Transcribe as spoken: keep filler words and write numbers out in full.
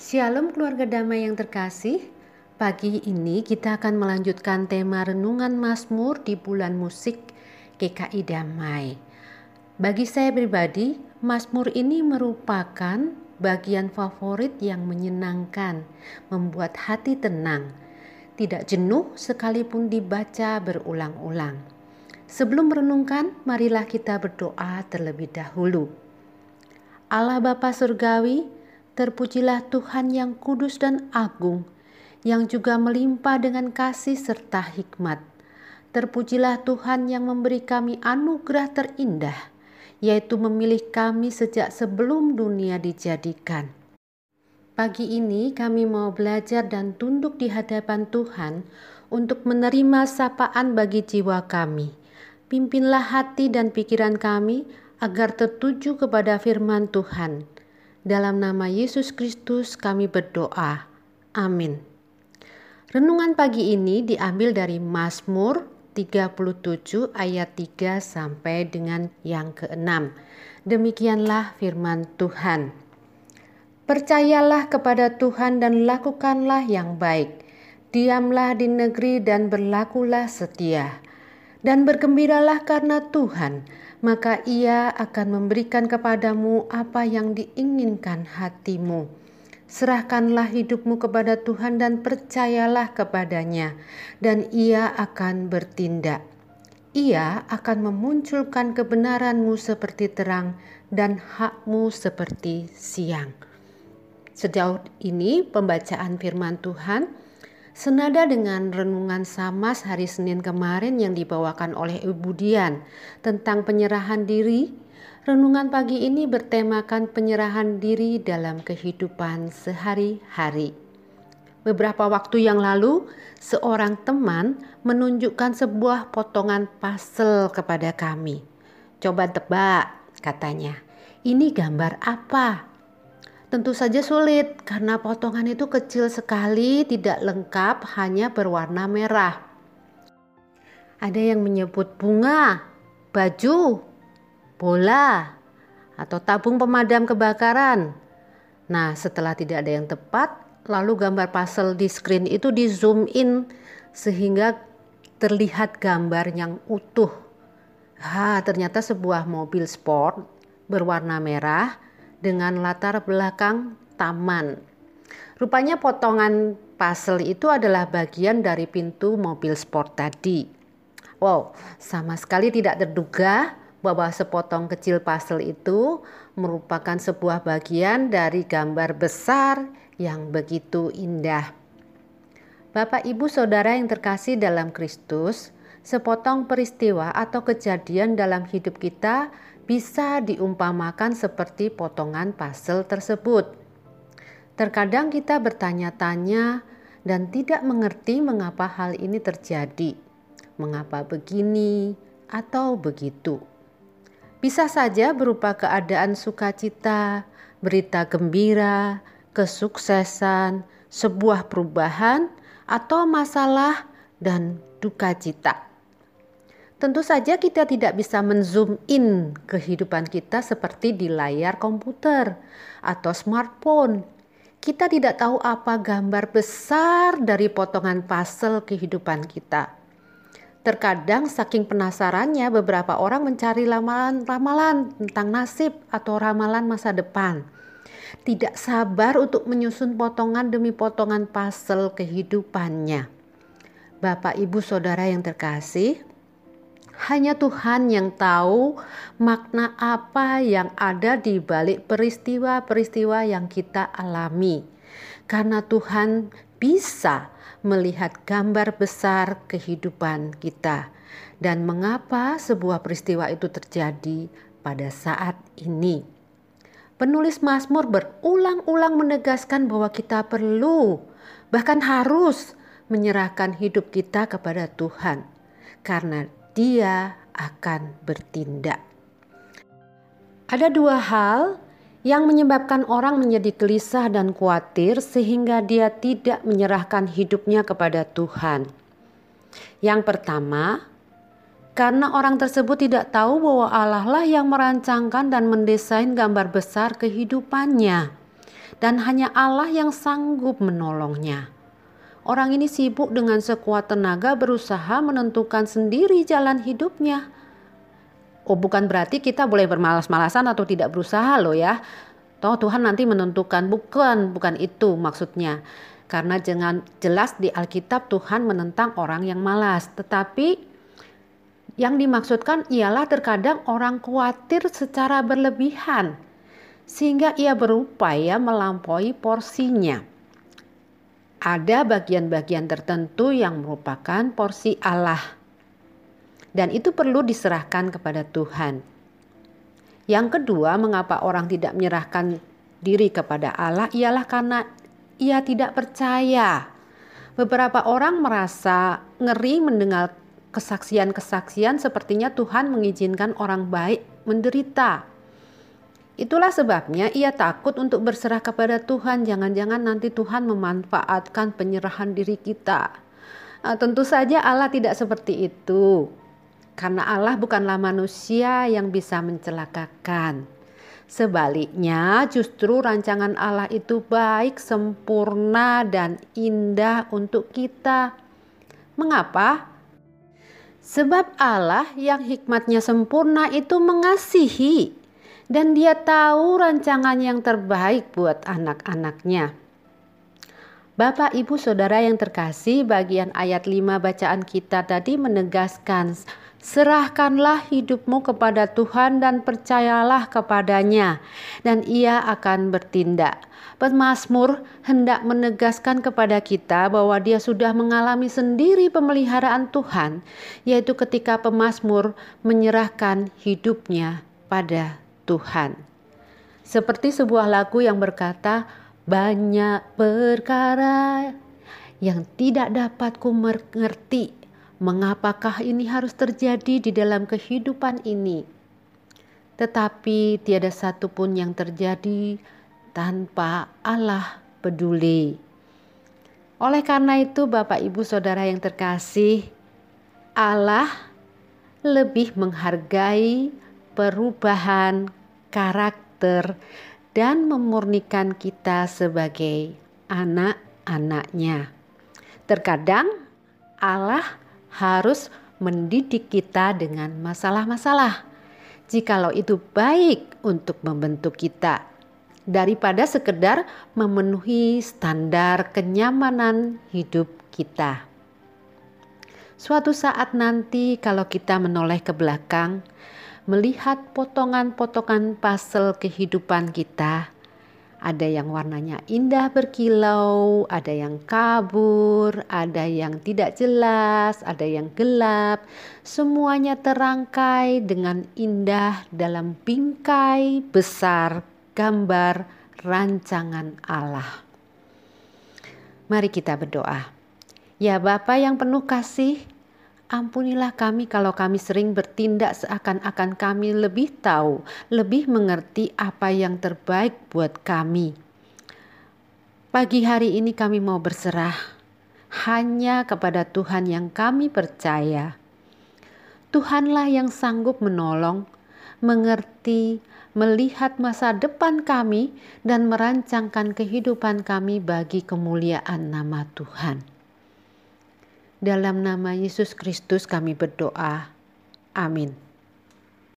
Shalom keluarga damai yang terkasih. Pagi ini kita akan melanjutkan tema renungan Mazmur di bulan musik G K I Damai. Bagi saya pribadi, Mazmur ini merupakan bagian favorit yang menyenangkan, membuat hati tenang, tidak jenuh sekalipun dibaca berulang-ulang. Sebelum merenungkan, marilah kita berdoa terlebih dahulu. Allah Bapa Surgawi, terpujilah Tuhan yang kudus dan agung, yang juga melimpah dengan kasih serta hikmat. Terpujilah Tuhan yang memberi kami anugerah terindah, yaitu memilih kami sejak sebelum dunia dijadikan. Pagi ini kami mau belajar dan tunduk di hadapan Tuhan untuk menerima sapaan bagi jiwa kami. Pimpinlah hati dan pikiran kami agar tertuju kepada firman Tuhan. Dalam nama Yesus Kristus kami berdoa. Amin. Renungan pagi ini diambil dari Mazmur tiga puluh tujuh ayat tiga sampai dengan yang keenam. Demikianlah firman Tuhan. Percayalah kepada Tuhan dan lakukanlah yang baik. Diamlah di negeri dan berlakulah setia. Dan bergembiralah karena Tuhan, maka Ia akan memberikan kepadamu apa yang diinginkan hatimu. Serahkanlah hidupmu kepada Tuhan dan percayalah kepadanya, dan Ia akan bertindak. Ia akan memunculkan kebenaranmu seperti terang dan hakmu seperti siang. Sejauh ini pembacaan firman Tuhan senada dengan renungan Samas hari Senin kemarin yang dibawakan oleh Ibu Dian tentang penyerahan diri. Renungan pagi ini bertemakan penyerahan diri dalam kehidupan sehari-hari. Beberapa waktu yang lalu, seorang teman menunjukkan sebuah potongan puzzle kepada kami. Coba tebak, katanya. Ini gambar apa? Tentu saja sulit karena potongan itu kecil sekali, tidak lengkap, hanya berwarna merah. Ada yang menyebut bunga, baju, bola, atau tabung pemadam kebakaran. Nah, setelah tidak ada yang tepat, lalu gambar puzzle di screen itu di zoom in sehingga terlihat gambar yang utuh. Ha, ternyata sebuah mobil sport berwarna merah dengan latar belakang taman. Rupanya potongan puzzle itu adalah bagian dari pintu mobil sport tadi. Wow, sama sekali tidak terduga bahwa sepotong kecil puzzle itu merupakan sebuah bagian dari gambar besar yang begitu indah. Bapak, Ibu, Saudara yang terkasih dalam Kristus, sepotong peristiwa atau kejadian dalam hidup kita bisa diumpamakan seperti potongan puzzle tersebut. Terkadang kita bertanya-tanya dan tidak mengerti mengapa hal ini terjadi, mengapa begini atau begitu. Bisa saja berupa keadaan sukacita, berita gembira, kesuksesan, sebuah perubahan, atau masalah dan duka cita. Tentu saja kita tidak bisa men-zoom in kehidupan kita seperti di layar komputer atau smartphone. Kita tidak tahu apa gambar besar dari potongan puzzle kehidupan kita. Terkadang saking penasarannya beberapa orang mencari ramalan-ramalan tentang nasib atau ramalan masa depan. Tidak sabar untuk menyusun potongan demi potongan puzzle kehidupannya. Bapak, Ibu, Saudara yang terkasih, hanya Tuhan yang tahu makna apa yang ada di balik peristiwa-peristiwa yang kita alami. Karena Tuhan bisa melihat gambar besar kehidupan kita dan mengapa sebuah peristiwa itu terjadi pada saat ini. Penulis Mazmur berulang-ulang menegaskan bahwa kita perlu, bahkan harus menyerahkan hidup kita kepada Tuhan. Karena Dia akan bertindak. Ada dua hal yang menyebabkan orang menjadi gelisah dan khawatir sehingga dia tidak menyerahkan hidupnya kepada Tuhan. Yang pertama, karena orang tersebut tidak tahu bahwa Allah lah yang merancangkan dan mendesain gambar besar kehidupannya. dan hanya Allah yang sanggup menolongnya. Orang ini sibuk dengan sekuat tenaga berusaha menentukan sendiri jalan hidupnya. Oh, bukan berarti kita boleh bermalas-malasan atau tidak berusaha loh ya. Toh Tuhan nanti menentukan, bukan, bukan itu maksudnya. Karena jangan jelas di Alkitab Tuhan menentang orang yang malas. Tetapi yang dimaksudkan ialah terkadang orang khawatir secara berlebihan. Sehingga ia berupaya melampaui porsinya. Ada bagian-bagian tertentu yang merupakan porsi Allah. Dan itu perlu diserahkan kepada Tuhan. Yang kedua, mengapa orang tidak menyerahkan diri kepada Allah ialah karena ia tidak percaya. Beberapa orang merasa ngeri mendengar kesaksian-kesaksian sepertinya Tuhan mengizinkan orang baik menderita. Itulah sebabnya ia takut untuk berserah kepada Tuhan. Jangan-jangan nanti Tuhan memanfaatkan penyerahan diri kita. Nah, tentu saja Allah tidak seperti itu. Karena Allah bukanlah manusia yang bisa mencelakakan. Sebaliknya, justru rancangan Allah itu baik, sempurna, dan indah untuk kita. Mengapa? Sebab Allah yang hikmatnya sempurna itu mengasihi, dan Dia tahu rancangan yang terbaik buat anak-anaknya. Bapak, Ibu, Saudara yang terkasih, bagian ayat lima bacaan kita tadi menegaskan, serahkanlah hidupmu kepada Tuhan dan percayalah kepadanya, dan Ia akan bertindak. Pemazmur hendak menegaskan kepada kita bahwa dia sudah mengalami sendiri pemeliharaan Tuhan, yaitu ketika pemazmur menyerahkan hidupnya pada Tuhan. Seperti sebuah lagu yang berkata, banyak perkara yang tidak dapat ku mengerti. Mengapakah ini harus terjadi di dalam kehidupan ini? Tetapi tiada satu pun yang terjadi tanpa Allah peduli. Oleh karena itu, Bapak, Ibu, Saudara yang terkasih, Allah lebih menghargai perubahan karakter dan memurnikan kita sebagai anak-anaknya. Terkadang Allah harus mendidik kita dengan masalah-masalah, jikalau itu baik untuk membentuk kita, daripada sekedar memenuhi standar kenyamanan hidup kita. Suatu saat nanti kalau kita menoleh ke belakang, melihat potongan-potongan puzzle kehidupan kita, ada yang warnanya indah berkilau, ada yang kabur, ada yang tidak jelas, ada yang gelap. Semuanya terangkai dengan indah dalam bingkai besar gambar rancangan Allah. Mari kita berdoa. Ya Bapa yang penuh kasih, ampunilah kami kalau kami sering bertindak seakan-akan kami lebih tahu, lebih mengerti apa yang terbaik buat kami. Pagi hari ini kami mau berserah hanya kepada Tuhan yang kami percaya. Tuhanlah yang sanggup menolong, mengerti, melihat masa depan kami dan merancangkan kehidupan kami bagi kemuliaan nama Tuhan. Dalam nama Yesus Kristus kami berdoa. Amin.